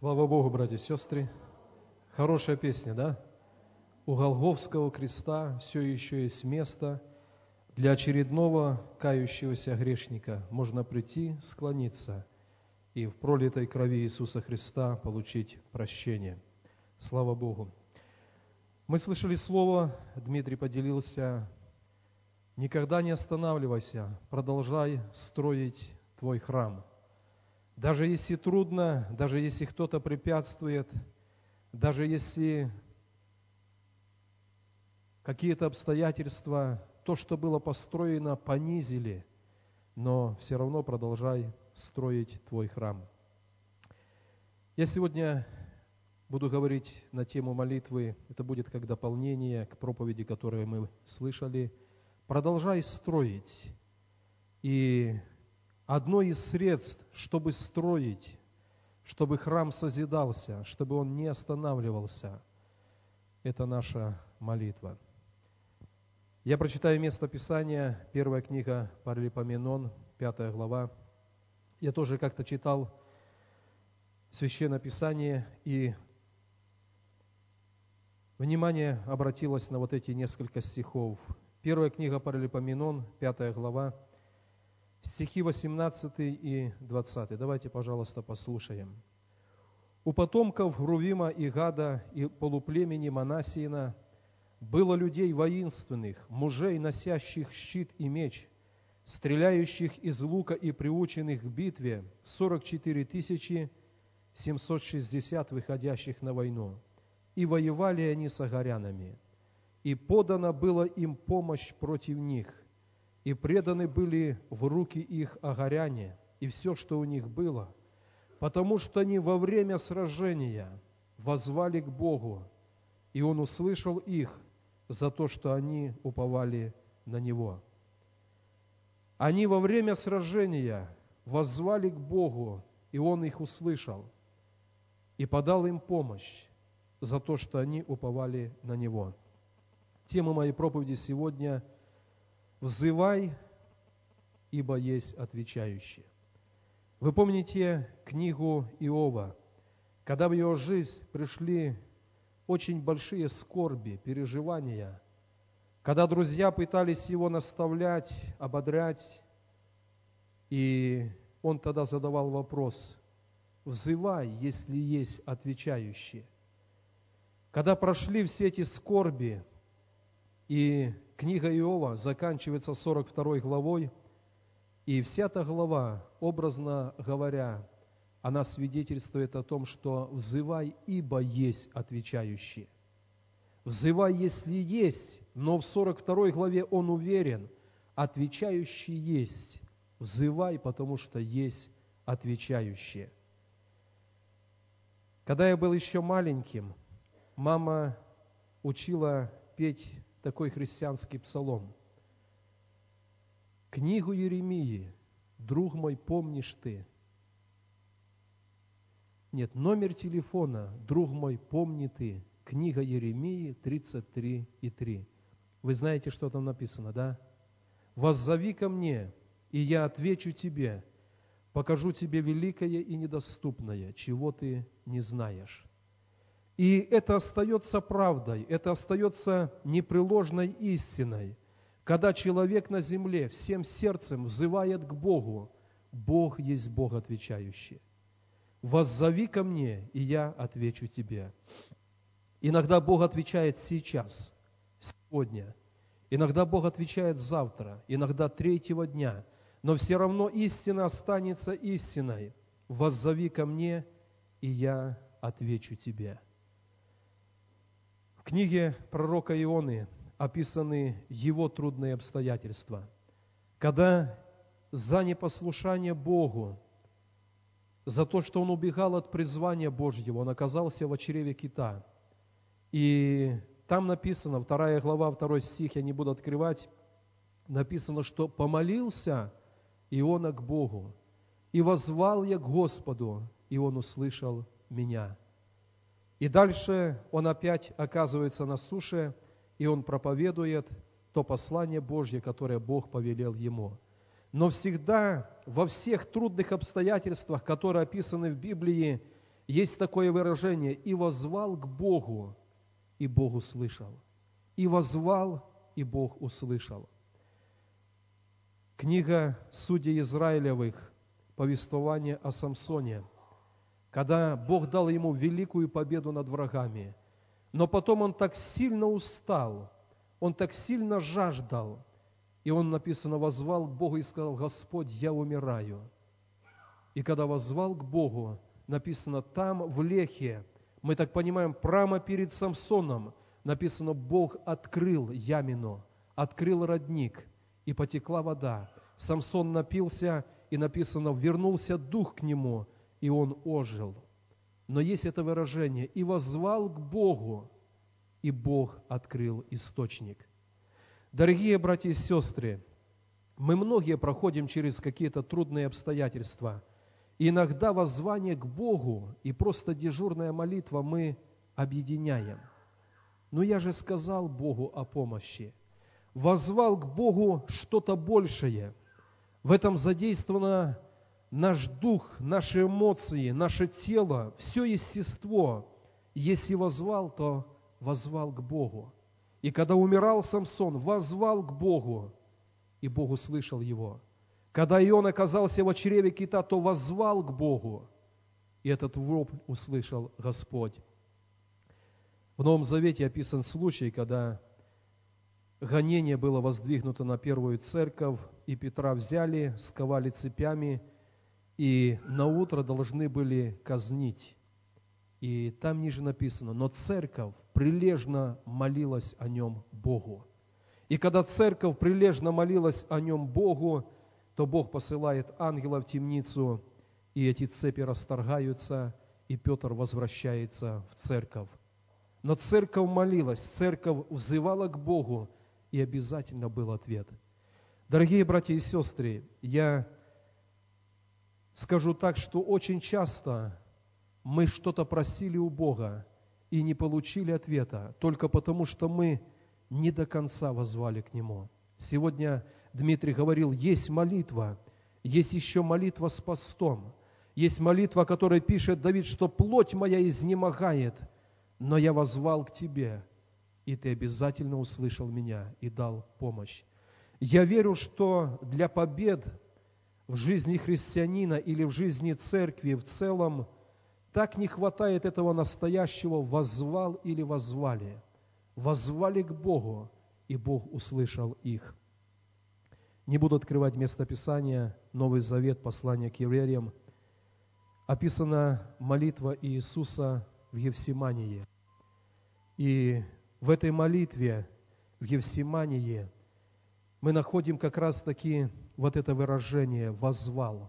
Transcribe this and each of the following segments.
Слава Богу, братья и сестры. Хорошая песня, да? У Голгофского креста все еще есть место для очередного кающегося грешника. Можно прийти, склониться и в пролитой крови Иисуса Христа получить прощение. Слава Богу. Мы слышали слово, Дмитрий поделился: никогда не останавливайся, продолжай строить твой храм. Даже если трудно, даже если кто-то препятствует, даже если какие-то обстоятельства, то, что было построено, понизили, но все равно продолжай строить твой храм. Я сегодня буду говорить на тему молитвы, это будет как дополнение к проповеди, которую мы слышали. Продолжай строить. И одно из средств, чтобы строить, чтобы храм созидался, чтобы он не останавливался, это наша молитва. Я прочитаю место Писания, первая книга Паралипоменон, 5 глава. Я тоже как-то читал Священное Писание, и внимание обратилось на вот эти несколько стихов. Первая книга Паралипоменон, 5 глава, стихи 18 и 20. Давайте, пожалуйста, послушаем. «У потомков Рувима и Гада и полуплемени Манассиина было людей воинственных, мужей, носящих щит и меч, стреляющих из лука и приученных к битве, 44 760 выходящих на войну. И воевали они с агарянами. И подана была им помощь против них, и преданы были в руки их агаряне, и все, что у них было, потому что они во время сражения воззвали к Богу, и Он услышал их за то, что они уповали на Него». Они во время сражения воззвали к Богу, и Он их услышал, и подал им помощь за то, что они уповали на Него. Тема моей проповеди сегодня – «Взывай, ибо есть отвечающий». Вы помните книгу Иова, когда в его жизнь пришли очень большие скорби, переживания, когда друзья пытались его наставлять, ободрять, и он тогда задавал вопрос: «Взывай, если есть отвечающий». Когда прошли все эти скорби, и книга Иова заканчивается 42 главой, и вся эта глава, образно говоря, она свидетельствует о том, что «взывай, ибо есть отвечающий». «Взывай, если есть», но в 42 главе он уверен, отвечающий есть. «Взывай, потому что есть отвечающий». Когда я был еще маленьким, мама учила петь такой христианский псалом. «Книгу Иеремии, друг мой, помнишь ты?» Нет, номер телефона, друг мой, помни ты. Книга Иеремии 33:3. Вы знаете, что там написано, да? «Воззови ко мне, и я отвечу тебе, покажу тебе великое и недоступное, чего ты не знаешь». И это остается правдой, это остается непреложной истиной. Когда человек на земле всем сердцем взывает к Богу, Бог есть Бог отвечающий. «Воззови ко мне, и я отвечу тебе». Иногда Бог отвечает сейчас, сегодня. Иногда Бог отвечает завтра, иногда третьего дня. Но все равно истина останется истиной. «Воззови ко мне, и я отвечу тебе». В книге пророка Ионы описаны его трудные обстоятельства, когда за непослушание Богу, за то, что он убегал от призвания Божьего, он оказался в чреве кита. И там написано, 2 глава, 2 стих, я не буду открывать, написано, что «помолился Иона к Богу, и воззвал я к Господу, и Он услышал меня». И дальше он опять оказывается на суше, и он проповедует то послание Божье, которое Бог повелел ему. Но всегда, во всех трудных обстоятельствах, которые описаны в Библии, есть такое выражение: «И воззвал к Богу, и Бог услышал». И воззвал, и Бог услышал. Книга Судей Израилевых, повествование о Самсоне, когда Бог дал ему великую победу над врагами, но потом он так сильно устал, он так сильно жаждал, и он, написано, воззвал к Богу и сказал: «Господь, я умираю». И когда воззвал к Богу, написано, там в Лехе, мы так понимаем, прямо перед Самсоном, написано, Бог открыл ямину, открыл родник, и потекла вода. Самсон напился, и написано, вернулся дух к нему, и он ожил. Но есть это выражение: «И воззвал к Богу, и Бог открыл источник». Дорогие братья и сестры, мы многие проходим через какие-то трудные обстоятельства. И иногда воззвание к Богу и просто дежурная молитва мы объединяем. Но я же сказал Богу о помощи. Воззвал к Богу что-то большее. В этом задействовано наш дух, наши эмоции, наше тело, все естество. Если воззвал, то воззвал к Богу. И когда умирал Самсон, воззвал к Богу, и Бог услышал его. Когда Ион оказался в чреве кита, то воззвал к Богу, и этот вопль услышал Господь. В Новом Завете описан случай, когда гонение было воздвигнуто на первую церковь, и Петра взяли, сковали цепями, и наутро должны были казнить. И там ниже написано: «Но церковь прилежно молилась о нем Богу». И когда церковь прилежно молилась о нем Богу, то Бог посылает ангела в темницу, и эти цепи расторгаются, и Петр возвращается в церковь. Но церковь молилась, церковь взывала к Богу, и обязательно был ответ. Дорогие братья и сестры, я скажу так, что очень часто мы что-то просили у Бога и не получили ответа, только потому, что мы не до конца воззвали к Нему. Сегодня Дмитрий говорил, есть молитва, есть еще молитва с постом, есть молитва, которая пишет Давид, что плоть моя изнемогает, но я воззвал к Тебе, и Ты обязательно услышал меня и дал помощь. Я верю, что для побед в жизни христианина или в жизни церкви в целом так не хватает этого настоящего «воззвал» или «воззвали». Воззвали к Богу, и Бог услышал их. Не буду открывать местописание, Новый Завет, послание к евреям. Описана молитва Иисуса в Гефсимании. И в этой молитве в Гефсимании мы находим как раз-таки вот это выражение «воззвал».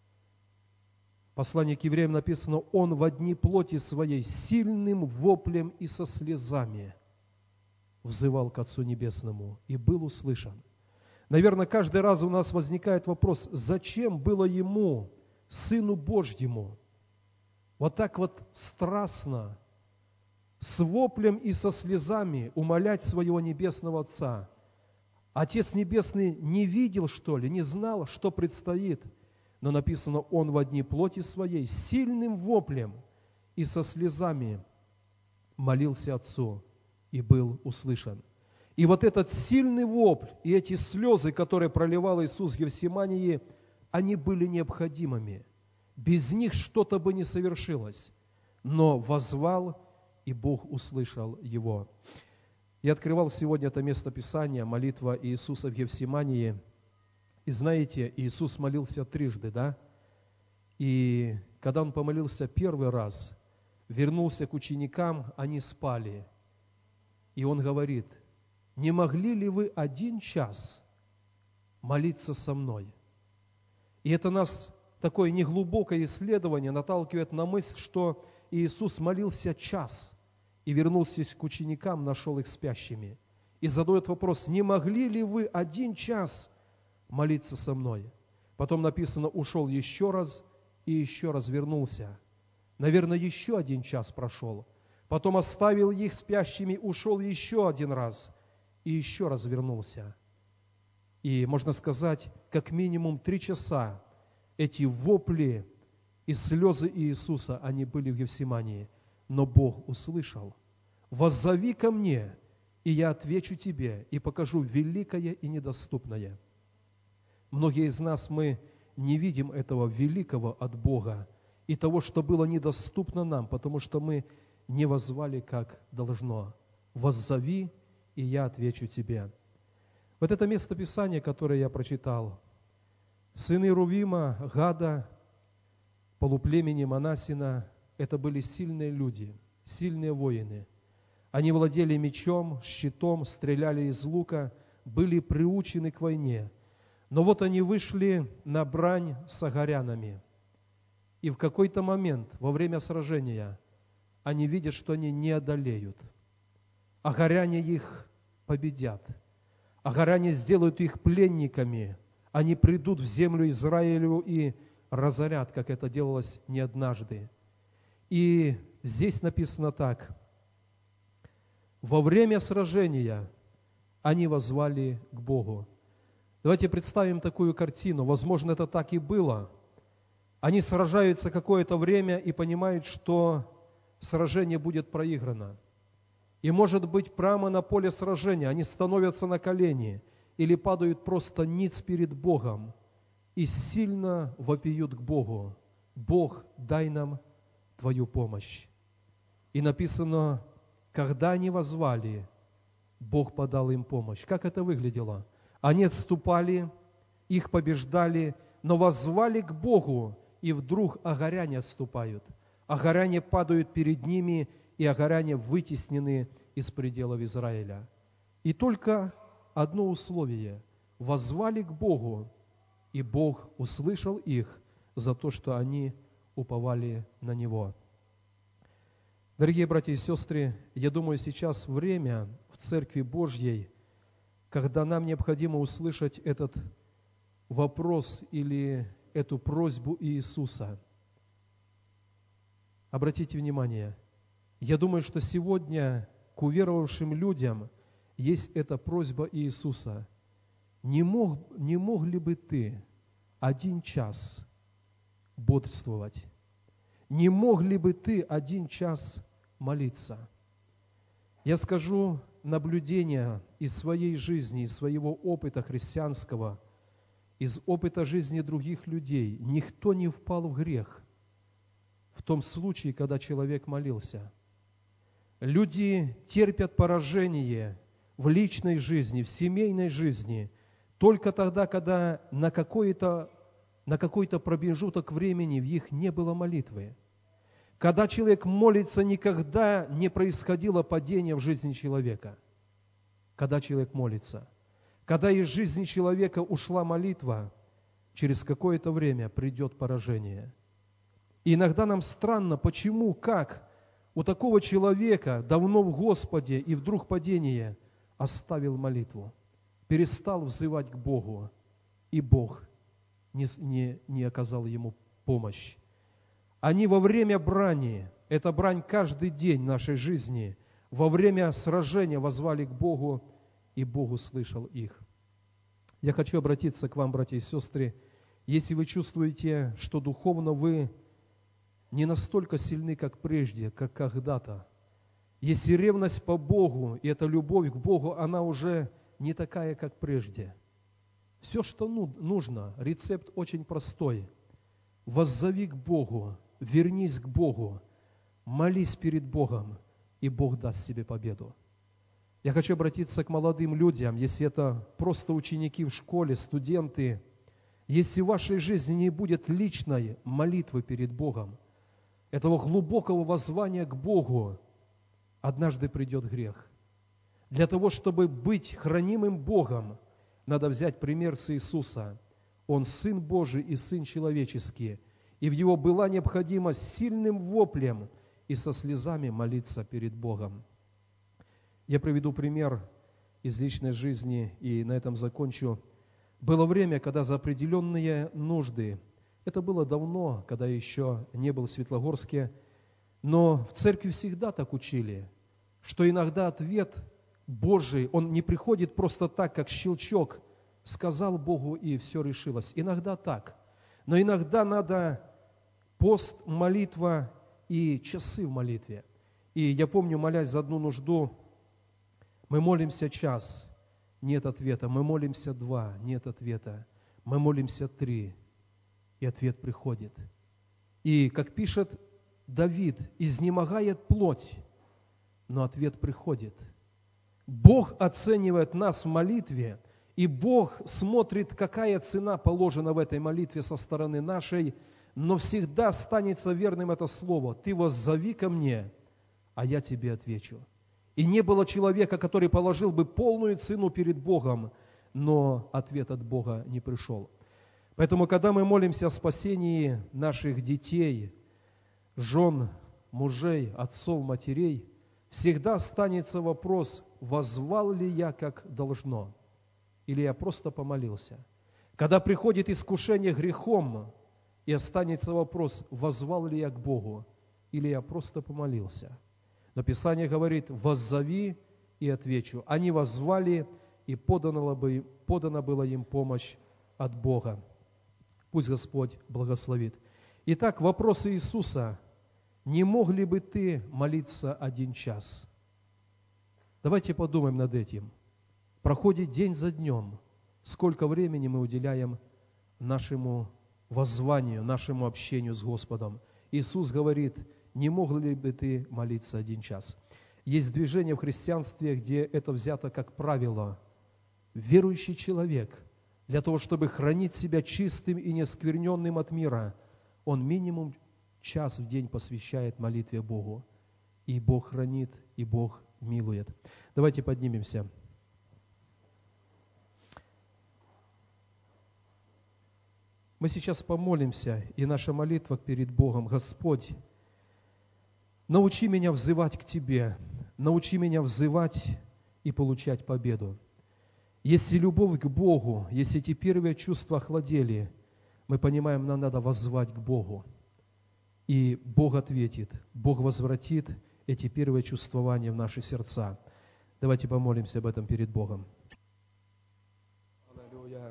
В послании к евреям написано: «Он во дни плоти своей сильным воплем и со слезами взывал к Отцу Небесному и был услышан». Наверное, каждый раз у нас возникает вопрос, зачем было ему, Сыну Божьему, вот так вот страстно, с воплем и со слезами умолять своего Небесного Отца? Отец Небесный не видел, что ли, не знал, что предстоит, но написано, Он во дни плоти своей сильным воплем и со слезами молился Отцу и был услышан. И вот этот сильный вопль и эти слезы, которые проливал Иисус в Гефсимании, они были необходимыми. Без них что-то бы не совершилось. Но воззвал, и Бог услышал его. Я открывал сегодня это место Писания, молитва Иисуса в Гефсимании. И знаете, Иисус молился трижды, да? И когда Он помолился первый раз, вернулся к ученикам, они спали. И Он говорит: «Не могли ли вы 1 час молиться со мной?» И это нас, такое неглубокое исследование, наталкивает на мысль, что Иисус молился час и вернулся к ученикам, нашел их спящими. И задает вопрос: «Не могли ли вы 1 час молиться со мной?» Потом написано, ушел еще раз и еще раз вернулся. Наверное, еще 1 час прошел. Потом оставил их спящими, ушел еще 1 раз и еще раз вернулся. И, можно сказать, как минимум 3 часа эти вопли, и слезы Иисуса, они были в Гефсимании. Но Бог услышал: «Воззови ко мне, и я отвечу тебе, и покажу великое и недоступное». Многие из нас, мы не видим этого великого от Бога и того, что было недоступно нам, потому что мы не воззвали, как должно. «Воззови, и я отвечу тебе». Вот это место Писания, которое я прочитал. Сыны Рувима, Гада, полуплемени Манасина, это были сильные люди, сильные воины. Они владели мечом, щитом, стреляли из лука, были приучены к войне. Но вот они вышли на брань с агарянами. И в какой-то момент, во время сражения, они видят, что они не одолеют. Агаряне их победят. Агаряне сделают их пленниками. Они придут в землю Израилю и разорят, как это делалось не однажды. И здесь написано так: во время сражения они воззвали к Богу. Давайте представим такую картину. Возможно, это так и было. Они сражаются какое-то время и понимают, что сражение будет проиграно. И, может быть, прямо на поле сражения они становятся на колени или падают просто ниц перед Богом и сильно вопиют к Богу: «Бог, дай нам Твою помощь». И написано, когда они воззвали, Бог подал им помощь. Как это выглядело? Они отступали, их побеждали, но воззвали к Богу, и вдруг агаряне отступают. Агаряне падают перед ними, и агаряне вытеснены из пределов Израиля. И только одно условие: воззвали к Богу, и Бог услышал их за то, что они уповали на Него. Дорогие братья и сестры, я думаю, сейчас время в Церкви Божьей, когда нам необходимо услышать этот вопрос или эту просьбу Иисуса. Обратите внимание, я думаю, что сегодня к уверовавшим людям есть эта просьба Иисуса: не мог ли бы ты 1 час бодрствовать? Не мог ли бы ты 1 час молиться? Я скажу наблюдение из своей жизни, из своего опыта христианского, из опыта жизни других людей. Никто не впал в грех в том случае, когда человек молился. Люди терпят поражение в личной жизни, в семейной жизни только тогда, когда на какой-то промежуток времени в них не было молитвы. Когда человек молится, никогда не происходило падение в жизни человека. Когда человек молится, когда из жизни человека ушла молитва, через какое-то время придет поражение. И иногда нам странно, почему, как у такого человека давно в Господе и вдруг падение, оставил молитву, перестал взывать к Богу, и Бог не оказал ему помощь. Они во время брани, это брань каждый день нашей жизни, во время сражения воззвали к Богу, и Бог услышал их. Я хочу обратиться к вам, братья и сестры, если вы чувствуете, что духовно вы не настолько сильны, как прежде, как когда-то, если ревность по Богу и эта любовь к Богу, она уже не такая, как прежде. Все, что нужно, рецепт очень простой. Воззови к Богу, вернись к Богу, молись перед Богом, и Бог даст тебе победу. Я хочу обратиться к молодым людям, если это просто ученики в школе, студенты. Если в вашей жизни не будет личной молитвы перед Богом, этого глубокого воззвания к Богу, однажды придет грех. Для того, чтобы быть хранимым Богом, надо взять пример с Иисуса. Он Сын Божий и Сын человеческий, и в Него была необходимость сильным воплем и со слезами молиться перед Богом. Я приведу пример из личной жизни, и на этом закончу. Было время, когда за определенные нужды, это было давно, когда еще не был в Светлогорске, но в церкви всегда так учили, что иногда ответ Божий, он не приходит просто так, как щелчок, сказал Богу, и все решилось. Иногда так. Но иногда надо Пост, молитва и часы в молитве. И я помню, молясь за одну нужду, мы молимся час, нет ответа. Мы молимся 2, нет ответа. Мы молимся 3, и ответ приходит. И, как пишет Давид, изнемогает плоть, но ответ приходит. Бог оценивает нас в молитве, и Бог смотрит, какая цена положена в этой молитве со стороны нашей, но всегда останется верным это слово. Ты воззови ко мне, а я тебе отвечу. И не было человека, который положил бы полную цену перед Богом, но ответ от Бога не пришел. Поэтому, когда мы молимся о спасении наших детей, жен, мужей, отцов, матерей, всегда останется вопрос, воззвал ли я как должно, или я просто помолился. Когда приходит искушение грехом, и останется вопрос, воззвал ли я к Богу, или я просто помолился. Но Писание говорит, воззови и отвечу. Они воззвали, и подана была им помощь от Бога. Пусть Господь благословит. Итак, вопрос Иисуса. Не мог ли бы ты молиться 1 час? Давайте подумаем над этим. Проходит день за днем. Сколько времени мы уделяем нашему воззванию, нашему общению с Господом? Иисус говорит, не мог ли бы ты молиться 1 час? Есть движение в христианстве, где это взято как правило. Верующий человек, для того, чтобы хранить себя чистым и нескверненным от мира, он минимум час в день посвящает молитве Богу. И Бог хранит, и Бог милует. Давайте поднимемся. Мы сейчас помолимся, и наша молитва перед Богом. Господь, научи меня взывать к Тебе, научи меня взывать и получать победу. Если любовь к Богу, если эти первые чувства охладели, мы понимаем, нам надо воззвать к Богу. И Бог ответит, Бог возвратит эти первые чувствования в наши сердца. Давайте помолимся об этом перед Богом. Аллилуйя.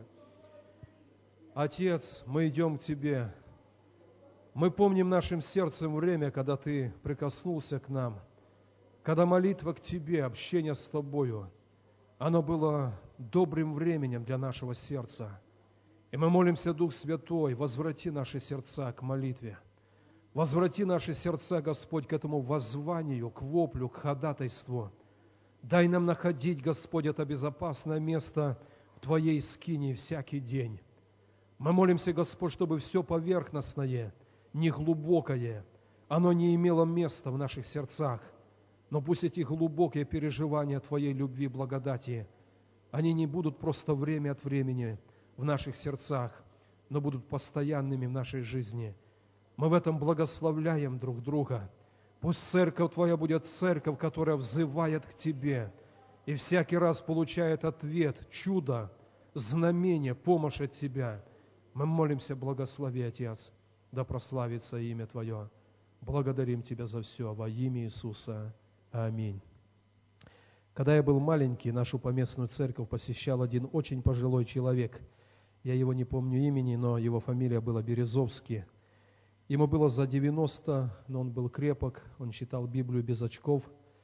Отец, мы идем к Тебе. Мы помним нашим сердцем время, когда Ты прикоснулся к нам, когда молитва к Тебе, общение с Тобою, оно было добрым временем для нашего сердца. И мы молимся, Дух Святой, возврати наши сердца к молитве. Возврати наши сердца, Господь, к этому воззванию, к воплю, к ходатайству. Дай нам находить, Господь, это безопасное место в Твоей скинии всякий день. Мы молимся, Господь, чтобы все поверхностное, неглубокое, оно не имело места в наших сердцах. Но пусть эти глубокие переживания Твоей любви, благодати, они не будут просто время от времени в наших сердцах, но будут постоянными в нашей жизни. Мы в этом благословляем друг друга. Пусть церковь Твоя будет церковь, которая взывает к Тебе и всякий раз получает ответ, чудо, знамение, помощь от Тебя. Мы молимся, благослови, Отец, да прославится имя Твое. Благодарим Тебя за все во имя Иисуса. Аминь. Когда я был маленький, нашу поместную церковь посещал один очень пожилой человек. Я его не помню имени, но его фамилия была Березовский. Ему было за 90, но он был крепок, он читал Библию без очков.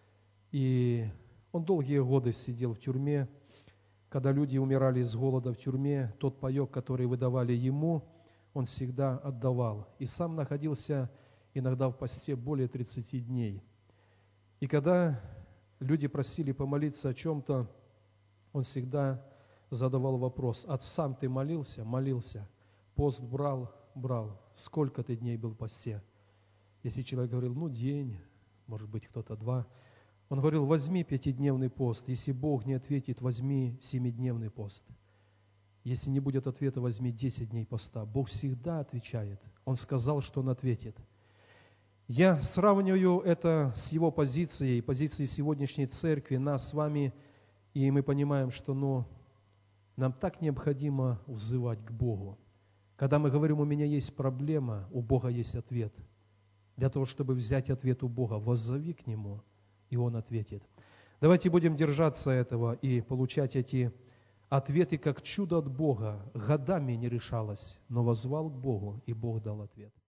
И он долгие годы сидел в тюрьме. Когда люди умирали с голода в тюрьме, тот паек, который выдавали ему, он всегда отдавал. И сам находился иногда в посте более 30 дней. И когда люди просили помолиться о чем-то, он всегда задавал вопрос: «А сам ты молился?» «Молился». «Пост брал?» «Брал». «Сколько ты дней был в посте?» Если человек говорил: день, может быть, кто-то 2. Он говорил: возьми 5-дневный пост. Если Бог не ответит, возьми 7-дневный пост. Если не будет ответа, возьми 10 дней поста. Бог всегда отвечает. Он сказал, что Он ответит. Я сравниваю это с его позицией сегодняшней церкви, нас с вами, и мы понимаем, что нам так необходимо взывать к Богу. Когда мы говорим: у меня есть проблема, у Бога есть ответ. Для того, чтобы взять ответ у Бога, воззови к Нему, и Он ответит. Давайте будем держаться этого и получать эти ответы как чудо от Бога. Годами не решалось, но воззвал к Богу, и Бог дал ответ.